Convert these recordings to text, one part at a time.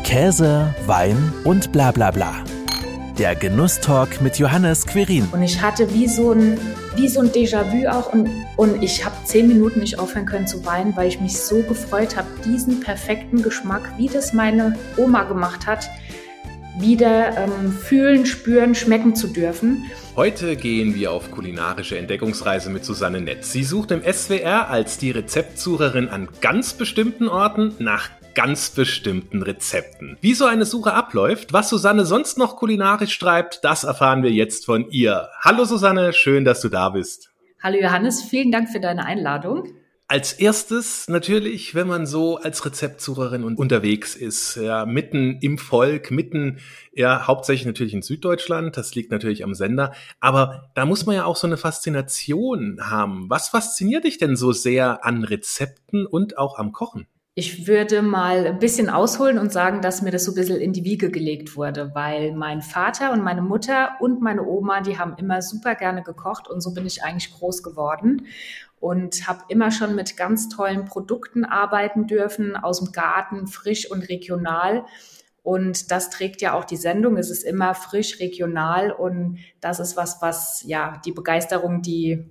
Käse, Wein und bla bla bla. Der Genusstalk mit Johannes Quirin. Und ich hatte wie so ein Déjà-vu auch und ich habe 10 Minuten nicht aufhören können zu weinen, weil ich mich so gefreut habe, diesen perfekten Geschmack, wie das meine Oma gemacht hat, wieder fühlen, spüren, schmecken zu dürfen. Heute gehen wir auf kulinarische Entdeckungsreise mit Susanne Netz. Sie sucht im SWR als die Rezeptsucherin an ganz bestimmten Orten nach ganz bestimmten Rezepten. Wie so eine Suche abläuft, was Susanne sonst noch kulinarisch treibt, das erfahren wir jetzt von ihr. Hallo Susanne, schön, dass du da bist. Hallo Johannes, vielen Dank für deine Einladung. Als erstes natürlich, wenn man so als Rezeptsucherin unterwegs ist, ja, mitten im Volk, hauptsächlich natürlich in Süddeutschland, das liegt natürlich am Sender, aber da muss man ja auch so eine Faszination haben. Was fasziniert dich denn so sehr an Rezepten und auch am Kochen? Ich würde mal ein bisschen ausholen und sagen, dass mir das so ein bisschen in die Wiege gelegt wurde, weil mein Vater und meine Mutter und meine Oma, die haben immer super gerne gekocht und so bin ich eigentlich groß geworden und habe immer schon mit ganz tollen Produkten arbeiten dürfen, aus dem Garten, frisch und regional. Und das trägt ja auch die Sendung. Es ist immer frisch, regional und das ist was die Begeisterung, die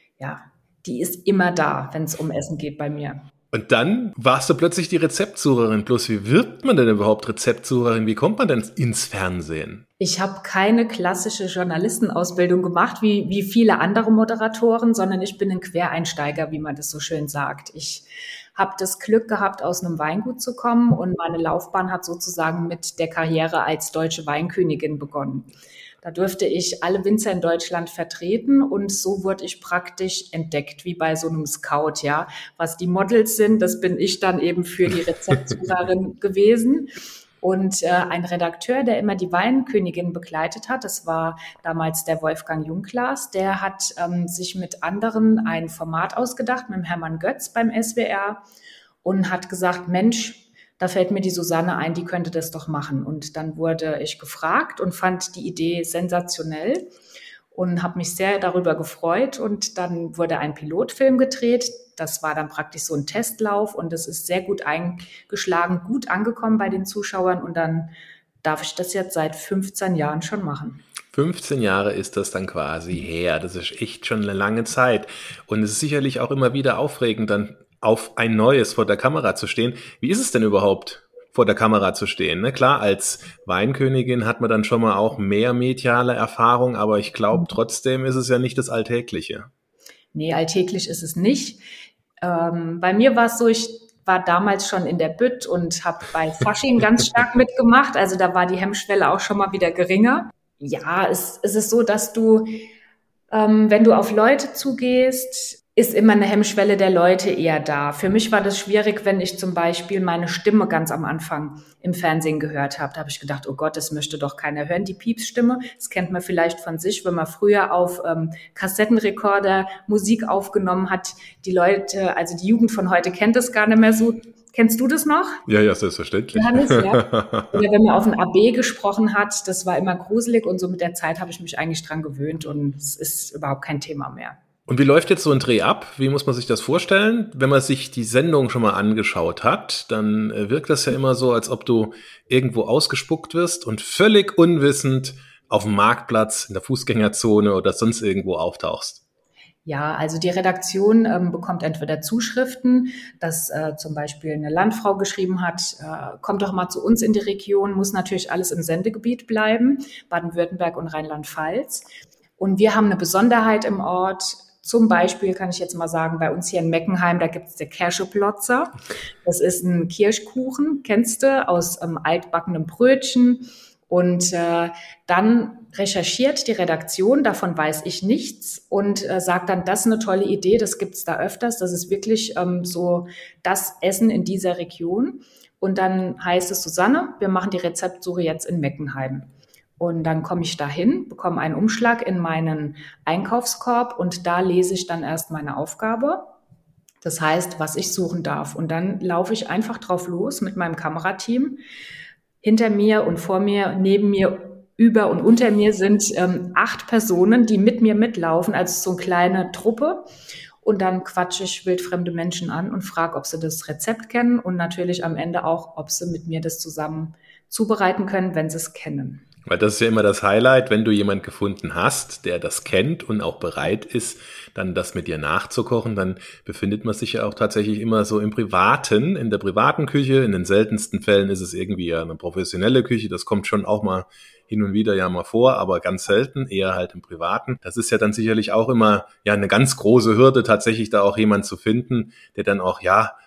ist immer da, wenn es um Essen geht bei mir. Und dann warst du plötzlich die Rezeptsucherin. Bloß wie wird man denn überhaupt Rezeptsucherin? Wie kommt man denn ins Fernsehen? Ich habe keine klassische Journalistenausbildung gemacht, wie viele andere Moderatoren, sondern ich bin ein Quereinsteiger, wie man das so schön sagt. Ich habe das Glück gehabt, aus einem Weingut zu kommen und meine Laufbahn hat sozusagen mit der Karriere als deutsche Weinkönigin begonnen. Da durfte ich alle Winzer in Deutschland vertreten und so wurde ich praktisch entdeckt, wie bei so einem Scout, ja. Was die Models sind, das bin ich dann eben für die Rezeptsucherin gewesen. Und ein Redakteur, der immer die Weinkönigin begleitet hat, das war damals der Wolfgang Jungklaas, der hat sich mit anderen ein Format ausgedacht, mit dem Hermann Götz beim SWR und hat gesagt, Mensch, da fällt mir die Susanne ein, die könnte das doch machen. Und dann wurde ich gefragt und fand die Idee sensationell und habe mich sehr darüber gefreut. Und dann wurde ein Pilotfilm gedreht. Das war dann praktisch so ein Testlauf und das ist sehr gut eingeschlagen, gut angekommen bei den Zuschauern. Und dann darf ich das jetzt seit 15 Jahren schon machen. 15 Jahre ist das dann quasi her. Das ist echt schon eine lange Zeit. Und es ist sicherlich auch immer wieder aufregend, dann auf ein neues vor der Kamera zu stehen. Wie ist es denn überhaupt, vor der Kamera zu stehen? Ne? Klar, als Weinkönigin hat man dann schon mal auch mehr mediale Erfahrung, aber ich glaube, trotzdem ist es ja nicht das Alltägliche. Nee, alltäglich ist es nicht. Bei mir war es so, ich war damals schon in der Bütt und habe bei Fasching ganz stark mitgemacht. Also da war die Hemmschwelle auch schon mal wieder geringer. Ja, es ist so, dass du, wenn du auf Leute zugehst, ist immer eine Hemmschwelle der Leute eher da. Für mich war das schwierig, wenn ich zum Beispiel meine Stimme ganz am Anfang im Fernsehen gehört habe. Da habe ich gedacht, oh Gott, das möchte doch keiner hören, die Piepsstimme. Das kennt man vielleicht von sich, wenn man früher auf Kassettenrekorder Musik aufgenommen hat. Die Leute, also die Jugend von heute kennt das gar nicht mehr so. Kennst du das noch? Ja, selbstverständlich. Johannes, ja. Oder wenn man auf ein AB gesprochen hat, das war immer gruselig und so mit der Zeit habe ich mich eigentlich dran gewöhnt und es ist überhaupt kein Thema mehr. Und wie läuft jetzt so ein Dreh ab? Wie muss man sich das vorstellen? Wenn man sich die Sendung schon mal angeschaut hat, dann wirkt das ja immer so, als ob du irgendwo ausgespuckt wirst und völlig unwissend auf dem Marktplatz, in der Fußgängerzone oder sonst irgendwo auftauchst. Ja, also die Redaktion bekommt entweder Zuschriften, dass zum Beispiel eine Landfrau geschrieben hat, kommt doch mal zu uns in die Region, muss natürlich alles im Sendegebiet bleiben, Baden-Württemberg und Rheinland-Pfalz. Und wir haben eine Besonderheit im Ort. Zum Beispiel kann ich jetzt mal sagen, bei uns hier in Meckenheim, da gibt es der Kirscheplotzer. Das ist ein Kirschkuchen, kennst du, aus altbackenem Brötchen. Und dann recherchiert die Redaktion, davon weiß ich nichts und sagt dann, das ist eine tolle Idee, das gibt's da öfters. Das ist wirklich so das Essen in dieser Region. Und dann heißt es, Susanne, wir machen die Rezeptsuche jetzt in Meckenheim. Und dann komme ich dahin, bekomme einen Umschlag in meinen Einkaufskorb und da lese ich dann erst meine Aufgabe. Das heißt, was ich suchen darf. Und dann laufe ich einfach drauf los mit meinem Kamerateam. Hinter mir und vor mir, neben mir, über und unter mir sind 8 Personen, die mit mir mitlaufen, also so eine kleine Truppe. Und dann quatsche ich wildfremde Menschen an und frage, ob sie das Rezept kennen und natürlich am Ende auch, ob sie mit mir das zusammen zubereiten können, wenn sie es kennen. Weil das ist ja immer das Highlight, wenn du jemand gefunden hast, der das kennt und auch bereit ist, dann das mit dir nachzukochen, dann befindet man sich ja auch tatsächlich immer so im Privaten, in der privaten Küche. In den seltensten Fällen ist es irgendwie ja eine professionelle Küche. Das kommt schon auch mal hin und wieder ja mal vor, aber ganz selten, eher halt im Privaten. Das ist ja dann sicherlich auch immer ja eine ganz große Hürde, tatsächlich da auch jemand zu finden, der dann auch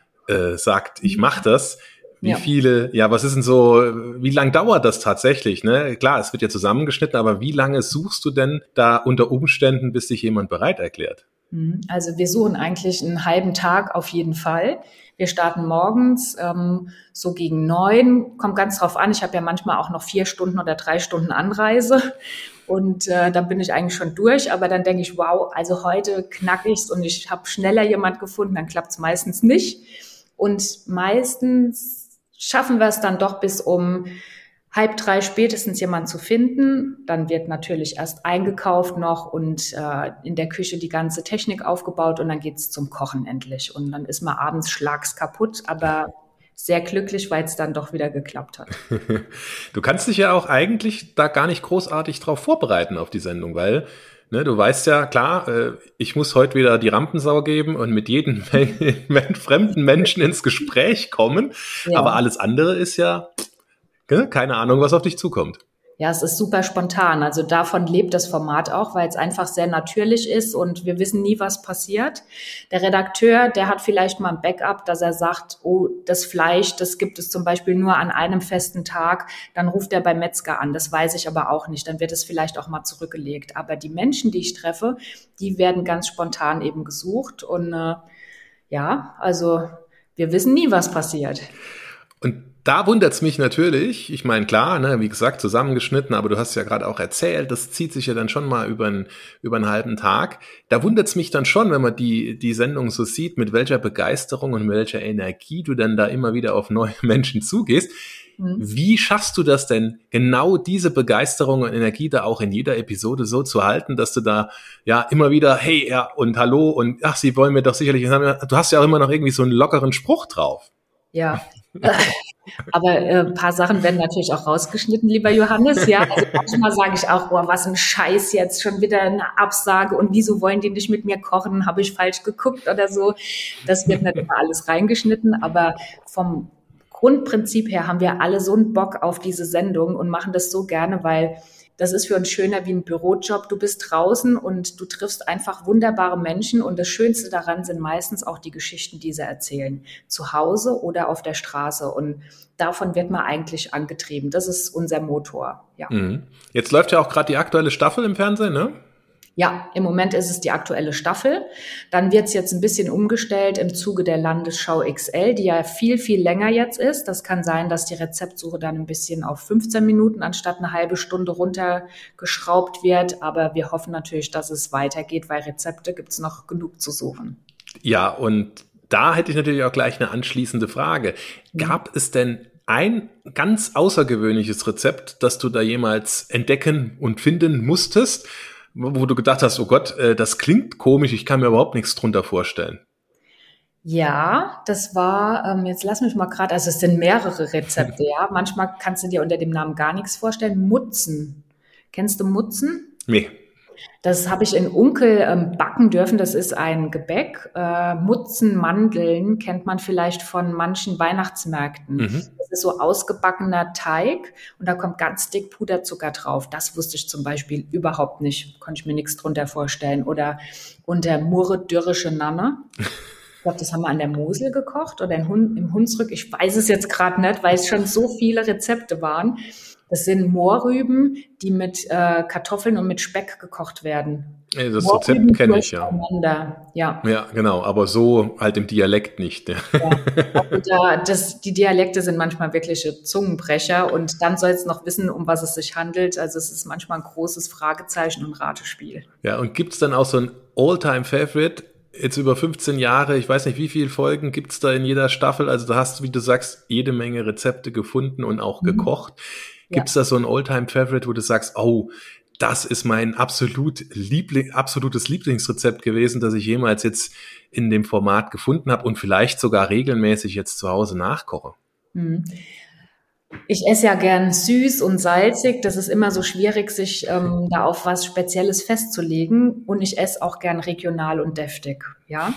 sagt, ich mache das. Wie viele, was ist denn so, wie lang dauert das tatsächlich, ne? Klar, es wird ja zusammengeschnitten, aber wie lange suchst du denn da unter Umständen, bis sich jemand bereit erklärt? Also wir suchen eigentlich einen halben Tag auf jeden Fall. Wir starten morgens so gegen 9, kommt ganz drauf an. Ich habe ja manchmal auch noch 4 Stunden oder 3 Stunden Anreise und dann bin ich eigentlich schon durch. Aber dann denke ich, wow, also heute knack ich's und ich habe schneller jemand gefunden, dann klappt's meistens nicht. Und meistens schaffen wir es dann doch bis um 2:30 spätestens jemanden zu finden. Dann wird natürlich erst eingekauft noch und in der Küche die ganze Technik aufgebaut und dann geht's zum Kochen endlich. Und dann ist man abends schlagskaputt, aber sehr glücklich, weil es dann doch wieder geklappt hat. Du kannst dich ja auch eigentlich da gar nicht großartig drauf vorbereiten auf die Sendung, weil du weißt ja, klar, ich muss heute wieder die Rampensau geben und mit jedem fremden Menschen ins Gespräch kommen. Ja. Aber alles andere ist ja, keine Ahnung, was auf dich zukommt. Ja, es ist super spontan. Also davon lebt das Format auch, weil es einfach sehr natürlich ist und wir wissen nie, was passiert. Der Redakteur, der hat vielleicht mal ein Backup, dass er sagt, oh, das Fleisch, das gibt es zum Beispiel nur an einem festen Tag. Dann ruft er beim Metzger an. Das weiß ich aber auch nicht. Dann wird es vielleicht auch mal zurückgelegt. Aber die Menschen, die ich treffe, die werden ganz spontan eben gesucht. Und also wir wissen nie, was passiert. Und da wundert's mich natürlich, ich meine, klar, wie gesagt, zusammengeschnitten, aber du hast ja gerade auch erzählt, das zieht sich ja dann schon mal über einen halben Tag. Da wundert's mich dann schon, wenn man die Sendung so sieht, mit welcher Begeisterung und mit welcher Energie du dann da immer wieder auf neue Menschen zugehst. Wie schaffst du das denn, genau diese Begeisterung und Energie da auch in jeder Episode so zu halten, dass du da ja immer wieder, hey, ja und hallo und ach, sie wollen mir doch sicherlich, du hast ja auch immer noch irgendwie so einen lockeren Spruch drauf. Ja, aber ein paar Sachen werden natürlich auch rausgeschnitten, lieber Johannes. Ja, also manchmal sage ich auch, oh, was ein Scheiß jetzt, schon wieder eine Absage und wieso wollen die nicht mit mir kochen? Habe ich falsch geguckt oder so? Das wird nicht immer alles reingeschnitten, aber vom Grundprinzip her haben wir alle so einen Bock auf diese Sendung und machen das so gerne, weil das ist für uns schöner wie ein Bürojob. Du bist draußen und du triffst einfach wunderbare Menschen und das Schönste daran sind meistens auch die Geschichten, die sie erzählen. Zu Hause oder auf der Straße und davon wird man eigentlich angetrieben. Das ist unser Motor, ja. Jetzt läuft ja auch gerade die aktuelle Staffel im Fernsehen, ne? Ja, im Moment ist es die aktuelle Staffel. Dann wird es jetzt ein bisschen umgestellt im Zuge der Landesschau XL, die ja viel, viel länger jetzt ist. Das kann sein, dass die Rezeptsuche dann ein bisschen auf 15 Minuten anstatt eine halbe Stunde runtergeschraubt wird. Aber wir hoffen natürlich, dass es weitergeht, weil Rezepte gibt es noch genug zu suchen. Ja, und da hätte ich natürlich auch gleich eine anschließende Frage. Gab es denn ein ganz außergewöhnliches Rezept, das du da jemals entdecken und finden musstest, wo du gedacht hast, oh Gott, das klingt komisch, ich kann mir überhaupt nichts drunter vorstellen? Ja, das war, jetzt lass mich mal gerade, also es sind mehrere Rezepte, ja. Manchmal kannst du dir unter dem Namen gar nichts vorstellen. Mutzen. Kennst du Mutzen? Nee. Das habe ich in Unkel backen dürfen. Das ist ein Gebäck. Mutzen, Mandeln kennt man vielleicht von manchen Weihnachtsmärkten. Das ist so ausgebackener Teig und da kommt ganz dick Puderzucker drauf. Das wusste ich zum Beispiel überhaupt nicht. Konnte ich mir nichts drunter vorstellen. Oder unter Murre dürrische Nanne. Ich glaube, das haben wir an der Mosel gekocht oder im Hunsrück. Ich weiß es jetzt gerade nicht, weil es schon so viele Rezepte waren. Das sind Mohrrüben, die mit Kartoffeln und mit Speck gekocht werden. Das Rezept kenne ich, ja. Ja. Ja, genau, aber so halt im Dialekt nicht. Ja. Und, die Dialekte sind manchmal wirkliche Zungenbrecher und dann soll es noch wissen, um was es sich handelt. Also es ist manchmal ein großes Fragezeichen und Ratespiel. Ja, und gibt es dann auch so ein All-Time-Favorite? Jetzt über 15 Jahre, ich weiß nicht, wie viele Folgen gibt es da in jeder Staffel? Also da hast du, wie du sagst, jede Menge Rezepte gefunden und auch gekocht. Gibt es da so ein All-Time-Favorite, wo du sagst, oh, das ist mein absolutes Lieblingsrezept gewesen, das ich jemals jetzt in dem Format gefunden habe und vielleicht sogar regelmäßig jetzt zu Hause nachkoche. Mhm. Ich esse ja gern süß und salzig. Das ist immer so schwierig, sich da auf was Spezielles festzulegen. Und ich esse auch gern regional und deftig. Ja.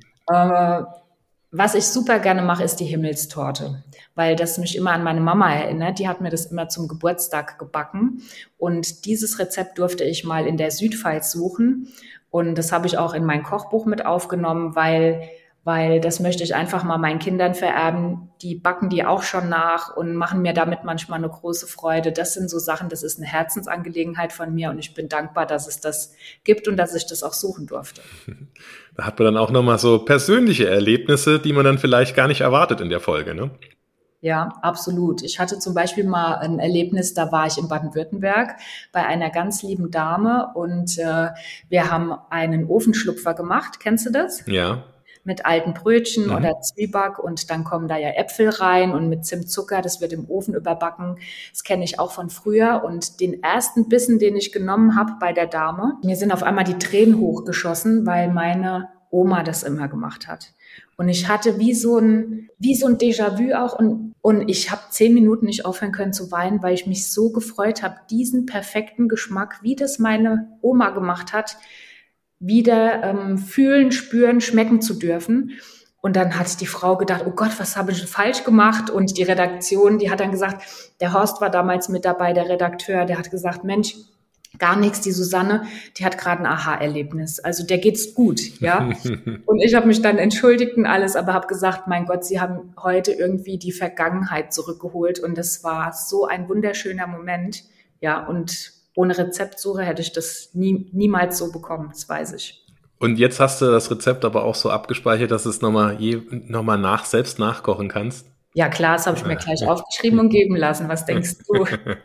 Was ich super gerne mache, ist die Himmelstorte, weil das mich immer an meine Mama erinnert. Die hat mir das immer zum Geburtstag gebacken. Und dieses Rezept durfte ich mal in der Südpfalz suchen. Und das habe ich auch in mein Kochbuch mit aufgenommen, weil das möchte ich einfach mal meinen Kindern vererben. Die backen die auch schon nach und machen mir damit manchmal eine große Freude. Das sind so Sachen, das ist eine Herzensangelegenheit von mir und ich bin dankbar, dass es das gibt und dass ich das auch suchen durfte. Da hat man dann auch nochmal so persönliche Erlebnisse, die man dann vielleicht gar nicht erwartet in der Folge, ne? Ja, absolut. Ich hatte zum Beispiel mal ein Erlebnis, da war ich in Baden-Württemberg bei einer ganz lieben Dame und wir haben einen Ofenschlupfer gemacht. Kennst du das? Ja. Mit alten Brötchen oder Zwieback und dann kommen da ja Äpfel rein und mit Zimtzucker, das wird im Ofen überbacken. Das kenne ich auch von früher und den ersten Bissen, den ich genommen habe bei der Dame, mir sind auf einmal die Tränen hochgeschossen, weil meine Oma das immer gemacht hat. Und ich hatte wie so ein Déjà-vu auch und ich habe 10 Minuten nicht aufhören können zu weinen, weil ich mich so gefreut habe, diesen perfekten Geschmack, wie das meine Oma gemacht hat, wieder fühlen, spüren, schmecken zu dürfen. Und dann hat die Frau gedacht, oh Gott, was habe ich falsch gemacht? Und die Redaktion, die hat dann gesagt, der Horst war damals mit dabei, der Redakteur, der hat gesagt, Mensch, gar nichts, die Susanne, die hat gerade ein Aha-Erlebnis. Also der geht's gut, ja. Und ich habe mich dann entschuldigt und alles, aber habe gesagt, mein Gott, Sie haben heute irgendwie die Vergangenheit zurückgeholt. Und das war so ein wunderschöner Moment, ja, und ohne Rezeptsuche hätte ich das niemals so bekommen, das weiß ich. Und jetzt hast du das Rezept aber auch so abgespeichert, dass du es nochmal selbst nachkochen kannst? Ja klar, das habe ich mir gleich aufgeschrieben und geben lassen. Was denkst du?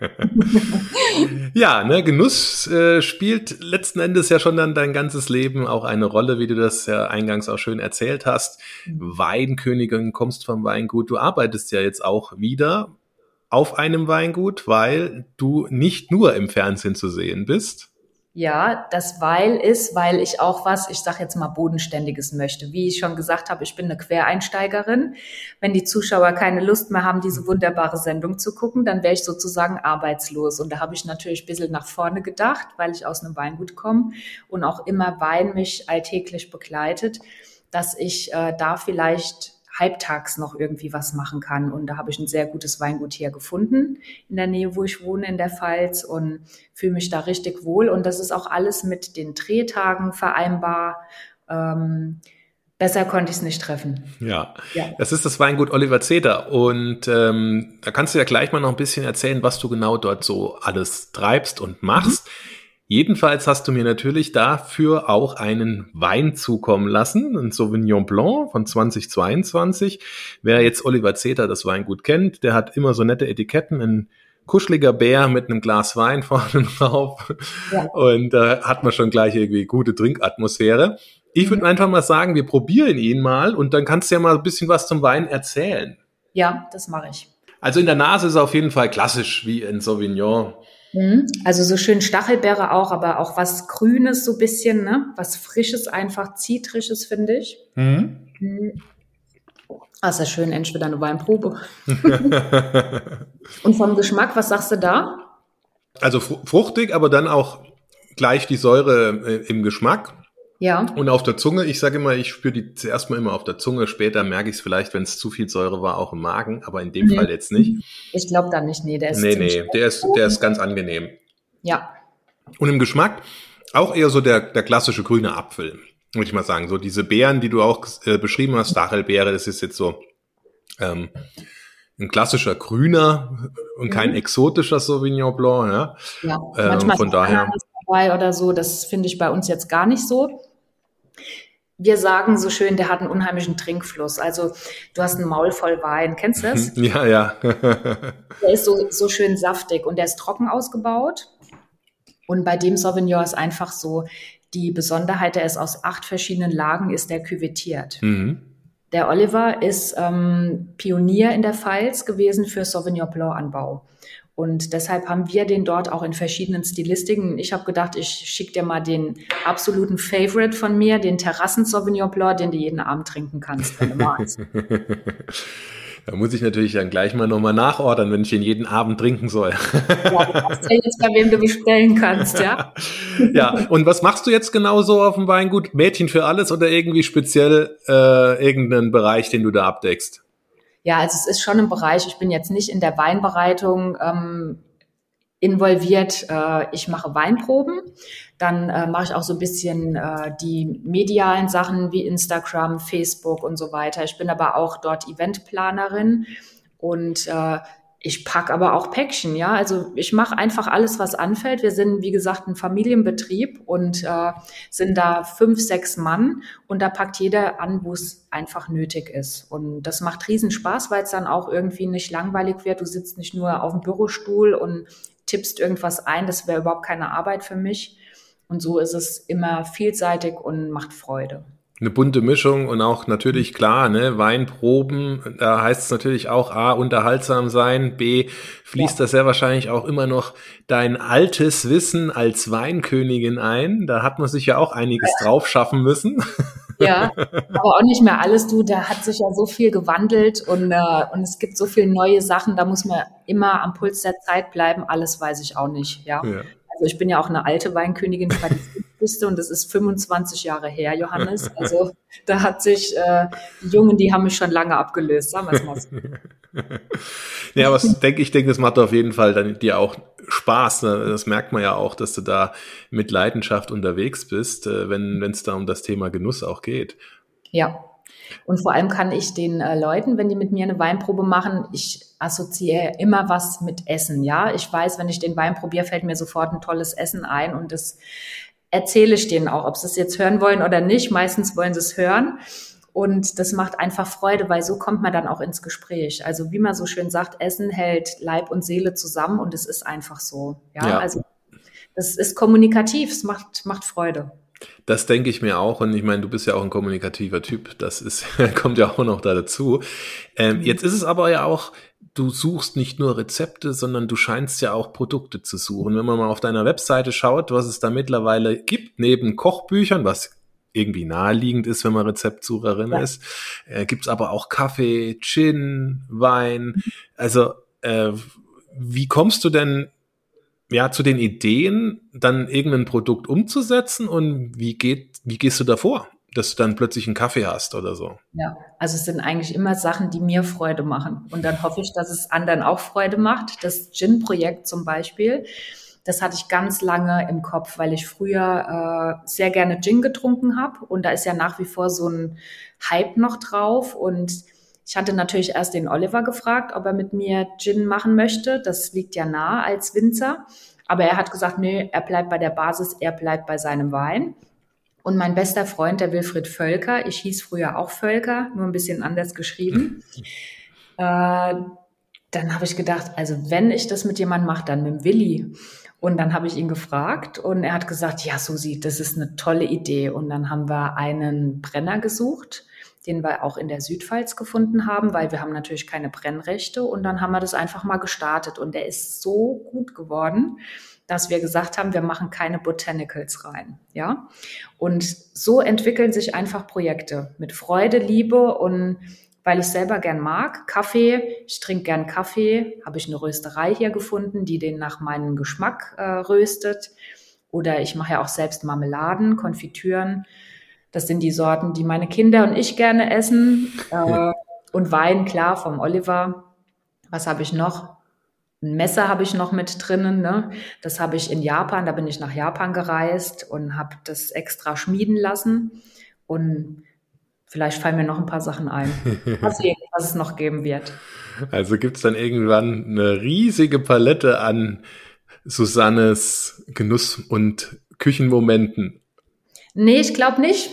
Ja, ne, Genuss spielt letzten Endes ja schon dann dein ganzes Leben auch eine Rolle, wie du das ja eingangs auch schön erzählt hast. Weinkönigin, kommst vom Weingut. Du arbeitest ja jetzt auch wieder auf einem Weingut, weil du nicht nur im Fernsehen zu sehen bist. Ja, das weil ich auch ich sage jetzt mal, Bodenständiges möchte. Wie ich schon gesagt habe, ich bin eine Quereinsteigerin. Wenn die Zuschauer keine Lust mehr haben, diese wunderbare Sendung zu gucken, dann wäre ich sozusagen arbeitslos. Und da habe ich natürlich ein bisschen nach vorne gedacht, weil ich aus einem Weingut komme und auch immer Wein mich alltäglich begleitet, dass ich da vielleicht halbtags noch irgendwie was machen kann. Und da habe ich ein sehr gutes Weingut hier gefunden, in der Nähe, wo ich wohne, in der Pfalz und fühle mich da richtig wohl. Und das ist auch alles mit den Drehtagen vereinbar. Besser konnte ich es nicht treffen. Ja, das ist das Weingut Oliver Zeter. Und da kannst du ja gleich mal noch ein bisschen erzählen, was du genau dort so alles treibst und machst. Jedenfalls hast du mir natürlich dafür auch einen Wein zukommen lassen, ein Sauvignon Blanc von 2022. Wer jetzt Oliver Zeter, das Weingut, kennt, der hat immer so nette Etiketten, ein kuscheliger Bär mit einem Glas Wein vorne drauf. Ja. Und da hat man schon gleich irgendwie gute Trinkatmosphäre. Ich würde einfach mal sagen, wir probieren ihn mal und dann kannst du ja mal ein bisschen was zum Wein erzählen. Ja, das mache ich. Also in der Nase ist er auf jeden Fall klassisch wie ein Sauvignon. Also so schön Stachelbeere auch, aber auch was Grünes so ein bisschen, ne? Was Frisches, einfach Zitrisches, finde ich. Ist ja schön, endlich wieder eine Weinprobe. Und vom Geschmack, was sagst du da? Also fruchtig, aber dann auch gleich die Säure im Geschmack. Ja. Und auf der Zunge, ich sage immer, ich spüre die zuerst mal immer auf der Zunge, später merke ich es vielleicht, wenn es zu viel Säure war, auch im Magen, aber in dem Fall jetzt nicht. Ich glaube da nicht, der ist der ist ganz angenehm. Ja. Und im Geschmack auch eher so der klassische grüne Apfel, würde ich mal sagen. So diese Beeren, die du auch beschrieben hast, Stachelbeere, das ist jetzt so ein klassischer grüner und kein exotischer Sauvignon Blanc. Ja, manchmal von daher dabei oder so, das finde ich bei uns jetzt gar nicht so. Wir sagen so schön, der hat einen unheimlichen Trinkfluss. Also du hast einen Maul voll Wein. Kennst du das? Ja. Der ist so schön saftig und der ist trocken ausgebaut. Und bei dem Sauvignon ist einfach so, die Besonderheit, der ist aus 8 verschiedenen Lagen, ist der küvettiert. Der Oliver ist Pionier in der Pfalz gewesen für Sauvignon Blanc Anbau. Und deshalb haben wir den dort auch in verschiedenen Stilistiken. Ich habe gedacht, ich schicke dir mal den absoluten Favorite von mir, den Terrassen-Sauvignon Blanc, den du jeden Abend trinken kannst, wenn du magst. Da muss ich natürlich dann gleich mal nochmal nachordern, wenn ich ihn jeden Abend trinken soll. Ja, du weißt ja jetzt, bei wem du bestellen kannst, ja? Ja, und was machst du jetzt genau so auf dem Weingut? Mädchen für alles oder irgendwie speziell irgendeinen Bereich, den du da abdeckst? Ja, also es ist schon ein Bereich, ich bin jetzt nicht in der Weinbereitung involviert. Ich mache Weinproben, dann mache ich auch so ein bisschen die medialen Sachen wie Instagram, Facebook und so weiter. Ich bin aber auch dort Eventplanerin und ich packe aber auch Päckchen, ja. Also ich mache einfach alles, was anfällt. Wir sind, wie gesagt, ein Familienbetrieb und sind da 5, 6 Mann und da packt jeder an, wo es einfach nötig ist. Und das macht riesen Spaß, weil es dann auch irgendwie nicht langweilig wird. Du sitzt nicht nur auf dem Bürostuhl und tippst irgendwas ein. Das wäre überhaupt keine Arbeit für mich. Und so ist es immer vielseitig und macht Freude. Eine bunte Mischung und auch natürlich klar, ne, Weinproben, da heißt es natürlich auch A, unterhaltsam sein, B, fließt das sehr wahrscheinlich auch immer noch dein altes Wissen als Weinkönigin ein. Da hat man sich ja auch einiges drauf schaffen müssen. Ja, aber auch nicht mehr alles, du, da hat sich ja so viel gewandelt und es gibt so viele neue Sachen, da muss man immer am Puls der Zeit bleiben, alles weiß ich auch nicht, ja. Also ich bin ja auch eine alte Weinkönigin, ich war die 50. und das ist 25 Jahre her, Johannes. Also da hat sich, die Jungen, die haben mich schon lange abgelöst, sagen wir es mal so. Ja, aber ich denke, das macht auf jeden Fall dann dir auch Spaß. Ne? Das merkt man ja auch, dass du da mit Leidenschaft unterwegs bist, wenn es da um das Thema Genuss auch geht. Ja. Und vor allem kann ich den Leuten, wenn die mit mir eine Weinprobe machen, ich assoziiere immer was mit Essen, ja. Ich weiß, wenn ich den Wein probiere, fällt mir sofort ein tolles Essen ein und das erzähle ich denen auch, ob sie es jetzt hören wollen oder nicht. Meistens wollen sie es hören und das macht einfach Freude, weil so kommt man dann auch ins Gespräch. Also wie man so schön sagt, Essen hält Leib und Seele zusammen und es ist einfach so, ja. Also das ist kommunikativ, es macht Freude. Das denke ich mir auch und ich meine, du bist ja auch ein kommunikativer Typ, das ist kommt ja auch noch da dazu. Jetzt ist es aber ja auch, du suchst nicht nur Rezepte, sondern du scheinst ja auch Produkte zu suchen. Wenn man mal auf deiner Webseite schaut, was es da mittlerweile gibt, neben Kochbüchern, was irgendwie naheliegend ist, wenn man Rezeptsucherin ist, gibt's aber auch Kaffee, Gin, Wein. Also wie kommst du denn zu den Ideen, dann irgendein Produkt umzusetzen und wie gehst du davor, dass du dann plötzlich einen Kaffee hast oder so? Ja, also es sind eigentlich immer Sachen, die mir Freude machen. Und dann hoffe ich, dass es anderen auch Freude macht. Das Gin-Projekt zum Beispiel, das hatte ich ganz lange im Kopf, weil ich früher sehr gerne Gin getrunken habe. Und da ist ja nach wie vor so ein Hype noch drauf. Und ich hatte natürlich erst den Oliver gefragt, ob er mit mir Gin machen möchte. Das liegt ja nahe als Winzer. Aber er hat gesagt, nee, er bleibt bei der Basis, er bleibt bei seinem Wein. Und mein bester Freund, der Wilfried Völker, ich hieß früher auch Völker, nur ein bisschen anders geschrieben. Dann habe ich gedacht, also wenn ich das mit jemandem mache, dann mit dem Willi. Und dann habe ich ihn gefragt und er hat gesagt, ja Susi, das ist eine tolle Idee. Und dann haben wir einen Brenner gesucht, den wir auch in der Südpfalz gefunden haben, weil wir haben natürlich keine Brennrechte. Und dann haben wir das einfach mal gestartet. Und der ist so gut geworden, dass wir gesagt haben, wir machen keine Botanicals rein. Ja? Und so entwickeln sich einfach Projekte mit Freude, Liebe und weil ich selber gern mag. Kaffee, ich trinke gern Kaffee, habe ich eine Rösterei hier gefunden, die den nach meinem Geschmack röstet. Oder ich mache ja auch selbst Marmeladen, Konfitüren. Das sind die Sorten, die meine Kinder und ich gerne essen. Und Wein, klar, vom Oliver. Was habe ich noch? Ein Messer habe ich noch mit drinnen. Ne? Das habe ich in Japan, da bin ich nach Japan gereist und habe das extra schmieden lassen. Und vielleicht fallen mir noch ein paar Sachen ein. Mal sehen, was es noch geben wird. Also gibt es dann irgendwann eine riesige Palette an Susannes Genuss- und Küchenmomenten. Nee, ich glaube nicht.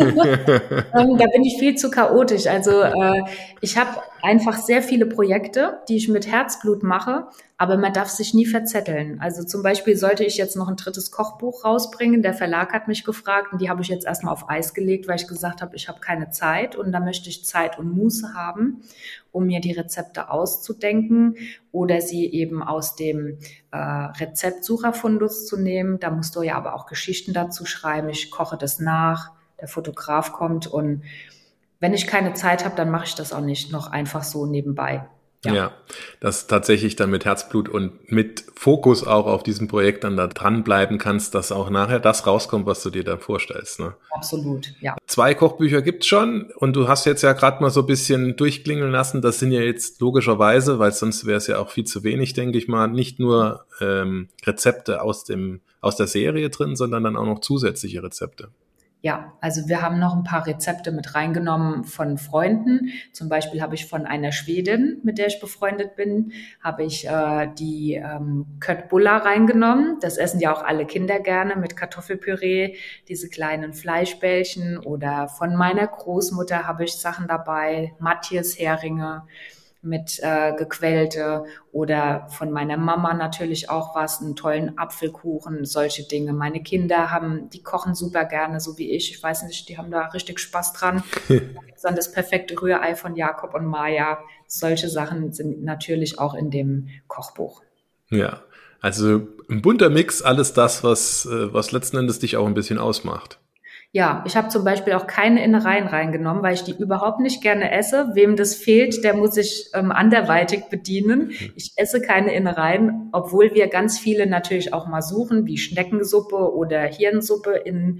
Da bin ich viel zu chaotisch. Also ich habe einfach sehr viele Projekte, die ich mit Herzblut mache, aber man darf sich nie verzetteln. Also zum Beispiel sollte ich jetzt noch ein drittes Kochbuch rausbringen. Der Verlag hat mich gefragt und die habe ich jetzt erstmal auf Eis gelegt, weil ich gesagt habe, ich habe keine Zeit und da möchte ich Zeit und Muße haben, um mir die Rezepte auszudenken oder sie eben aus dem Rezeptsucherfundus zu nehmen. Da musst du ja aber auch Geschichten dazu schreiben. Ich koche das nach, der Fotograf kommt und wenn ich keine Zeit habe, dann mache ich das auch nicht noch einfach so nebenbei. Ja, dass tatsächlich dann mit Herzblut und mit Fokus auch auf diesem Projekt dann da dranbleiben kannst, dass auch nachher das rauskommt, was du dir da vorstellst. Ne? Absolut, ja. 2 Kochbücher gibt's schon und du hast jetzt ja gerade mal so ein bisschen durchklingeln lassen. Das sind ja jetzt logischerweise, weil sonst wäre es ja auch viel zu wenig, denke ich mal, nicht nur Rezepte aus der Serie drin, sondern dann auch noch zusätzliche Rezepte. Ja, also wir haben noch ein paar Rezepte mit reingenommen von Freunden. Zum Beispiel habe ich von einer Schwedin, mit der ich befreundet bin, habe ich die Köttbullar reingenommen. Das essen ja auch alle Kinder gerne mit Kartoffelpüree, diese kleinen Fleischbällchen. Oder von meiner Großmutter habe ich Sachen dabei, Matjes-Heringe mit gequälte oder von meiner Mama natürlich auch was, einen tollen Apfelkuchen, solche Dinge. Meine Kinder die kochen super gerne, so wie ich. Ich weiß nicht, die haben da richtig Spaß dran. Dann das perfekte Rührei von Jakob und Maja. Solche Sachen sind natürlich auch in dem Kochbuch. Ja, also ein bunter Mix, alles das, was letzten Endes dich auch ein bisschen ausmacht. Ja, ich habe zum Beispiel auch keine Innereien reingenommen, weil ich die überhaupt nicht gerne esse. Wem das fehlt, der muss sich anderweitig bedienen. Ich esse keine Innereien, obwohl wir ganz viele natürlich auch mal suchen, wie Schneckensuppe oder Hirnsuppe in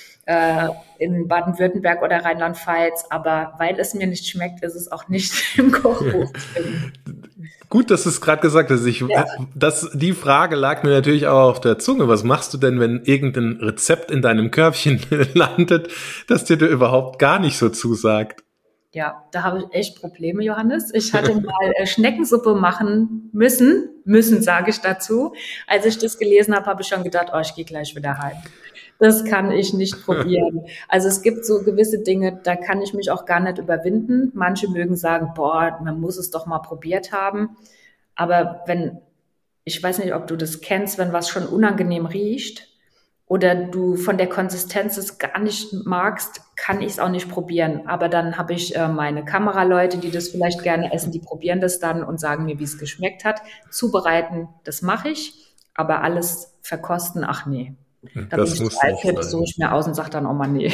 Baden-Württemberg oder Rheinland-Pfalz. Aber weil es mir nicht schmeckt, ist es auch nicht im Kochbuch drin. Gut, dass du es gerade gesagt hast. Die Frage lag mir natürlich auch auf der Zunge. Was machst du denn, wenn irgendein Rezept in deinem Körbchen landet, das dir überhaupt gar nicht so zusagt? Ja, da habe ich echt Probleme, Johannes. Ich hatte mal Schneckensuppe machen müssen, sage ich dazu. Als ich das gelesen habe, habe ich schon gedacht, ich gehe gleich wieder heim. Das kann ich nicht probieren. Also es gibt so gewisse Dinge, da kann ich mich auch gar nicht überwinden. Manche mögen sagen, man muss es doch mal probiert haben. Aber ich weiß nicht, ob du das kennst, wenn was schon unangenehm riecht oder du von der Konsistenz es gar nicht magst, kann ich es auch nicht probieren. Aber dann habe ich meine Kameraleute, die das vielleicht gerne essen, die probieren das dann und sagen mir, wie es geschmeckt hat. Zubereiten, das mache ich, aber alles verkosten, ach nee. Da Das bin ich muss zu alt nicht für, das suche ich mir aus und sage dann auch mal nee.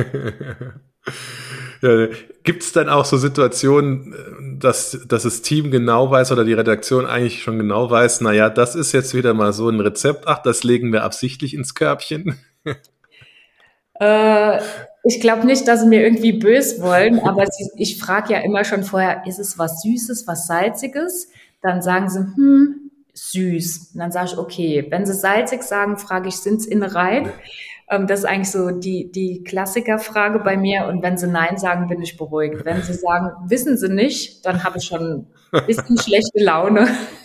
Ja, gibt es dann auch so Situationen, dass das Team genau weiß oder die Redaktion eigentlich schon genau weiß, naja, das ist jetzt wieder mal so ein Rezept, das legen wir absichtlich ins Körbchen? Ich glaube nicht, dass sie mir irgendwie böse wollen, aber ich frage ja immer schon vorher, ist es was Süßes, was Salziges? Dann sagen sie, süß. Und dann sage ich, okay. Wenn sie salzig sagen, frage ich, sind es Innereien? Das ist eigentlich so die Klassikerfrage bei mir. Und wenn sie Nein sagen, bin ich beruhigt. Wenn sie sagen, wissen sie nicht, dann habe ich schon ein bisschen schlechte Laune.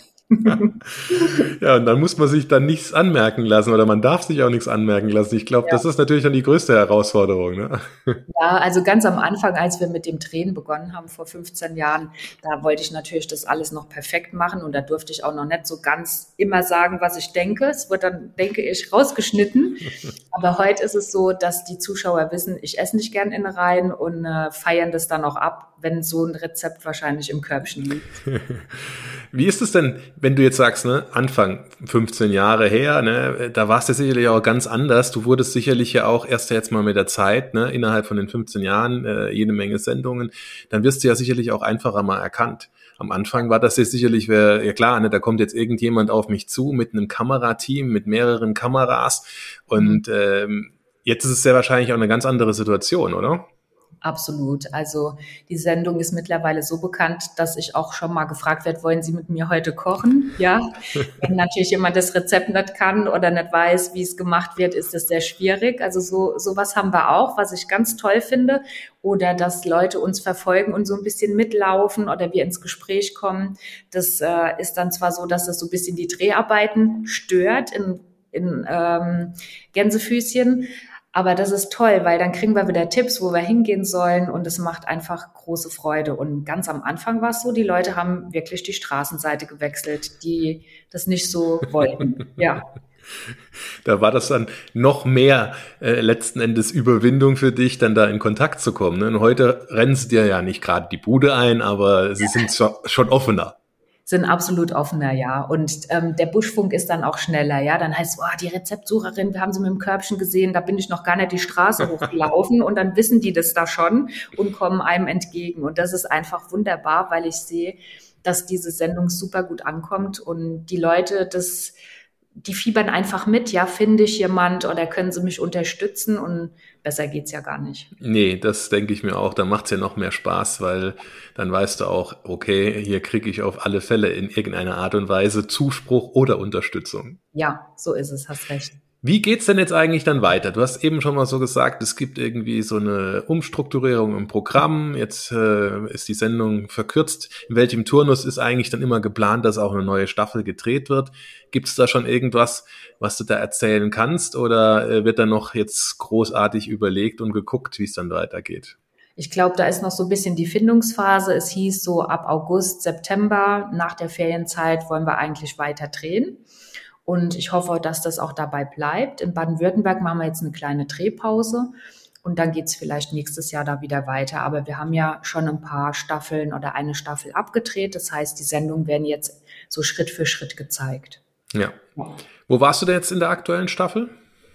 Ja, und dann muss man sich dann nichts anmerken lassen oder man darf sich auch nichts anmerken lassen. Ich glaube, das ist natürlich dann die größte Herausforderung. Ne? Ja, also ganz am Anfang, als wir mit dem Drehen begonnen haben, vor 15 Jahren, da wollte ich natürlich das alles noch perfekt machen und da durfte ich auch noch nicht so ganz immer sagen, was ich denke. Es wird dann, denke ich, rausgeschnitten. Aber heute ist es so, dass die Zuschauer wissen, ich esse nicht gern Innereien und feiern das dann auch ab, wenn so ein Rezept wahrscheinlich im Körbchen liegt. Wie ist es denn, wenn du jetzt sagst, ne, Anfang 15 Jahre her, ne, da warst du sicherlich auch ganz anders. Du wurdest sicherlich ja auch erst jetzt mal mit der Zeit, ne, innerhalb von den 15 Jahren, jede Menge Sendungen, dann wirst du ja sicherlich auch einfacher mal erkannt. Am Anfang war das jetzt sicherlich, ja klar, ne, da kommt jetzt irgendjemand auf mich zu mit einem Kamerateam, mit mehreren Kameras und jetzt ist es sehr wahrscheinlich auch eine ganz andere Situation, oder? Absolut. Also die Sendung ist mittlerweile so bekannt, dass ich auch schon mal gefragt werde, wollen Sie mit mir heute kochen? Ja. Wenn natürlich jemand das Rezept nicht kann oder nicht weiß, wie es gemacht wird, ist das sehr schwierig. Also sowas haben wir auch, was ich ganz toll finde. Oder dass Leute uns verfolgen und so ein bisschen mitlaufen oder wir ins Gespräch kommen. Das ist dann zwar so, dass das so ein bisschen die Dreharbeiten stört in Gänsefüßchen. Aber das ist toll, weil dann kriegen wir wieder Tipps, wo wir hingehen sollen und es macht einfach große Freude. Und ganz am Anfang war es so, die Leute haben wirklich die Straßenseite gewechselt, die das nicht so wollten. Ja. Da war das dann noch mehr letzten Endes Überwindung für dich, dann da in Kontakt zu kommen. Ne? Und heute rennen sie dir ja nicht gerade die Bude ein, aber sie sind schon offener. Sind absolut offener, ja. Und der Buschfunk ist dann auch schneller, ja. Dann heißt es, die Rezeptsucherin, wir haben sie mit dem Körbchen gesehen, da bin ich noch gar nicht die Straße hochgelaufen und dann wissen die das da schon und kommen einem entgegen. Und das ist einfach wunderbar, weil ich sehe, dass diese Sendung super gut ankommt und die Leute, die fiebern einfach mit, ja, finde ich jemand oder können sie mich unterstützen und besser geht's ja gar nicht. Nee, das denke ich mir auch, da macht's ja noch mehr Spaß, weil dann weißt du auch, okay, hier kriege ich auf alle Fälle in irgendeiner Art und Weise Zuspruch oder Unterstützung. Ja, so ist es, hast recht. Wie geht's denn jetzt eigentlich dann weiter? Du hast eben schon mal so gesagt, es gibt irgendwie so eine Umstrukturierung im Programm. Jetzt ist die Sendung verkürzt. In welchem Turnus ist eigentlich dann immer geplant, dass auch eine neue Staffel gedreht wird? Gibt's da schon irgendwas, was du da erzählen kannst? Oder wird da noch jetzt großartig überlegt und geguckt, wie es dann weitergeht? Ich glaube, da ist noch so ein bisschen die Findungsphase. Es hieß so ab August, September, nach der Ferienzeit wollen wir eigentlich weiter drehen. Und ich hoffe, dass das auch dabei bleibt. In Baden-Württemberg machen wir jetzt eine kleine Drehpause und dann geht's vielleicht nächstes Jahr da wieder weiter. Aber wir haben ja schon ein paar Staffeln oder eine Staffel abgedreht. Das heißt, die Sendungen werden jetzt so Schritt für Schritt gezeigt. Ja. Wo warst du denn jetzt in der aktuellen Staffel?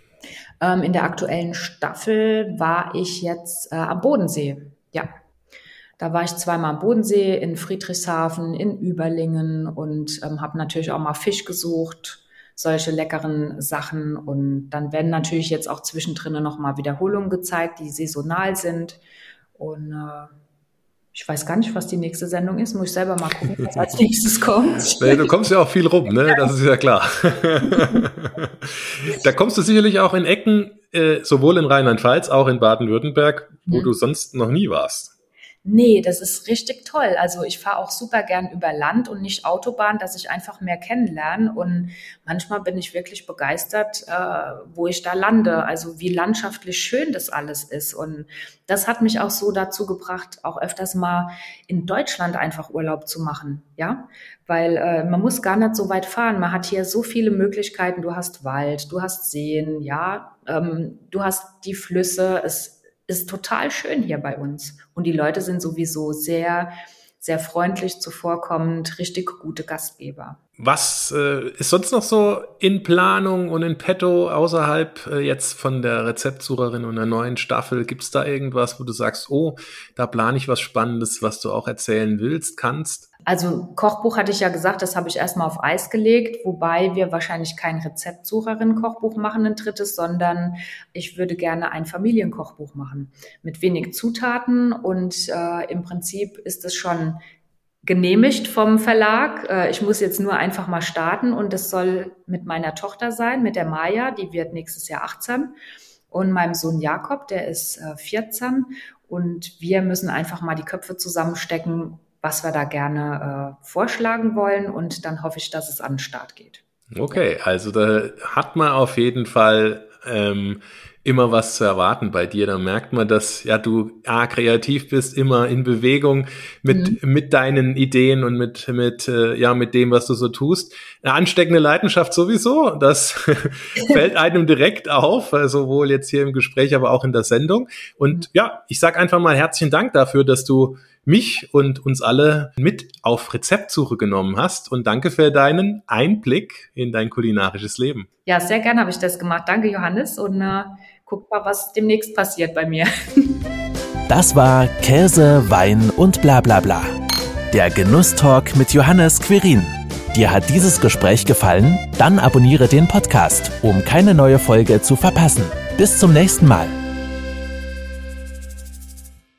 In der aktuellen Staffel war ich jetzt am Bodensee. Ja. Da war ich zweimal am Bodensee, in Friedrichshafen, in Überlingen und habe natürlich auch mal Fisch gesucht. Solche leckeren Sachen und dann werden natürlich jetzt auch zwischendrin nochmal Wiederholungen gezeigt, die saisonal sind und ich weiß gar nicht, was die nächste Sendung ist, muss ich selber mal gucken, was als nächstes kommt. Nee, du kommst ja auch viel rum, ne? Das ist ja klar. Da kommst du sicherlich auch in Ecken, sowohl in Rheinland-Pfalz, auch in Baden-Württemberg, wo du sonst noch nie warst. Nee, das ist richtig toll. Also ich fahre auch super gern über Land und nicht Autobahn, dass ich einfach mehr kennenlerne. Und manchmal bin ich wirklich begeistert, wo ich da lande. Also wie landschaftlich schön das alles ist. Und das hat mich auch so dazu gebracht, auch öfters mal in Deutschland einfach Urlaub zu machen. Ja, weil man muss gar nicht so weit fahren. Man hat hier so viele Möglichkeiten. Du hast Wald, du hast Seen, ja, du hast die Flüsse. Es ist total schön hier bei uns. Und die Leute sind sowieso sehr, sehr freundlich, zuvorkommend, richtig gute Gastgeber. Was ist sonst noch so in Planung und in petto außerhalb jetzt von der Rezeptsucherin und der neuen Staffel? Gibt es da irgendwas, wo du sagst, oh, da plane ich was Spannendes, was du auch erzählen willst, kannst? Also Kochbuch hatte ich ja gesagt, das habe ich erstmal auf Eis gelegt, wobei wir wahrscheinlich kein Rezeptsucherin-Kochbuch machen, ein drittes, sondern ich würde gerne ein Familienkochbuch machen mit wenig Zutaten und im Prinzip ist es schon genehmigt vom Verlag. Ich muss jetzt nur einfach mal starten und es soll mit meiner Tochter sein, mit der Maja, die wird nächstes Jahr 18 und meinem Sohn Jakob, der ist 14 und wir müssen einfach mal die Köpfe zusammenstecken, was wir da gerne vorschlagen wollen und dann hoffe ich, dass es an den Start geht. Okay, also da hat man auf jeden Fall immer was zu erwarten bei dir. Da merkt man, dass ja du kreativ bist, immer in Bewegung mit deinen Ideen und mit dem, was du so tust. Eine ansteckende Leidenschaft sowieso, das fällt einem direkt auf, sowohl jetzt hier im Gespräch, aber auch in der Sendung. Und ja, ich sag einfach mal herzlichen Dank dafür, dass du mich und uns alle mit auf Rezeptsuche genommen hast und danke für deinen Einblick in dein kulinarisches Leben. Ja, sehr gerne habe ich das gemacht. Danke, Johannes, und guck mal, was demnächst passiert bei mir. Das war Käse, Wein und bla bla bla. Der Genusstalk mit Johannes Quirin. Dir hat dieses Gespräch gefallen? Dann abonniere den Podcast, um keine neue Folge zu verpassen. Bis zum nächsten Mal.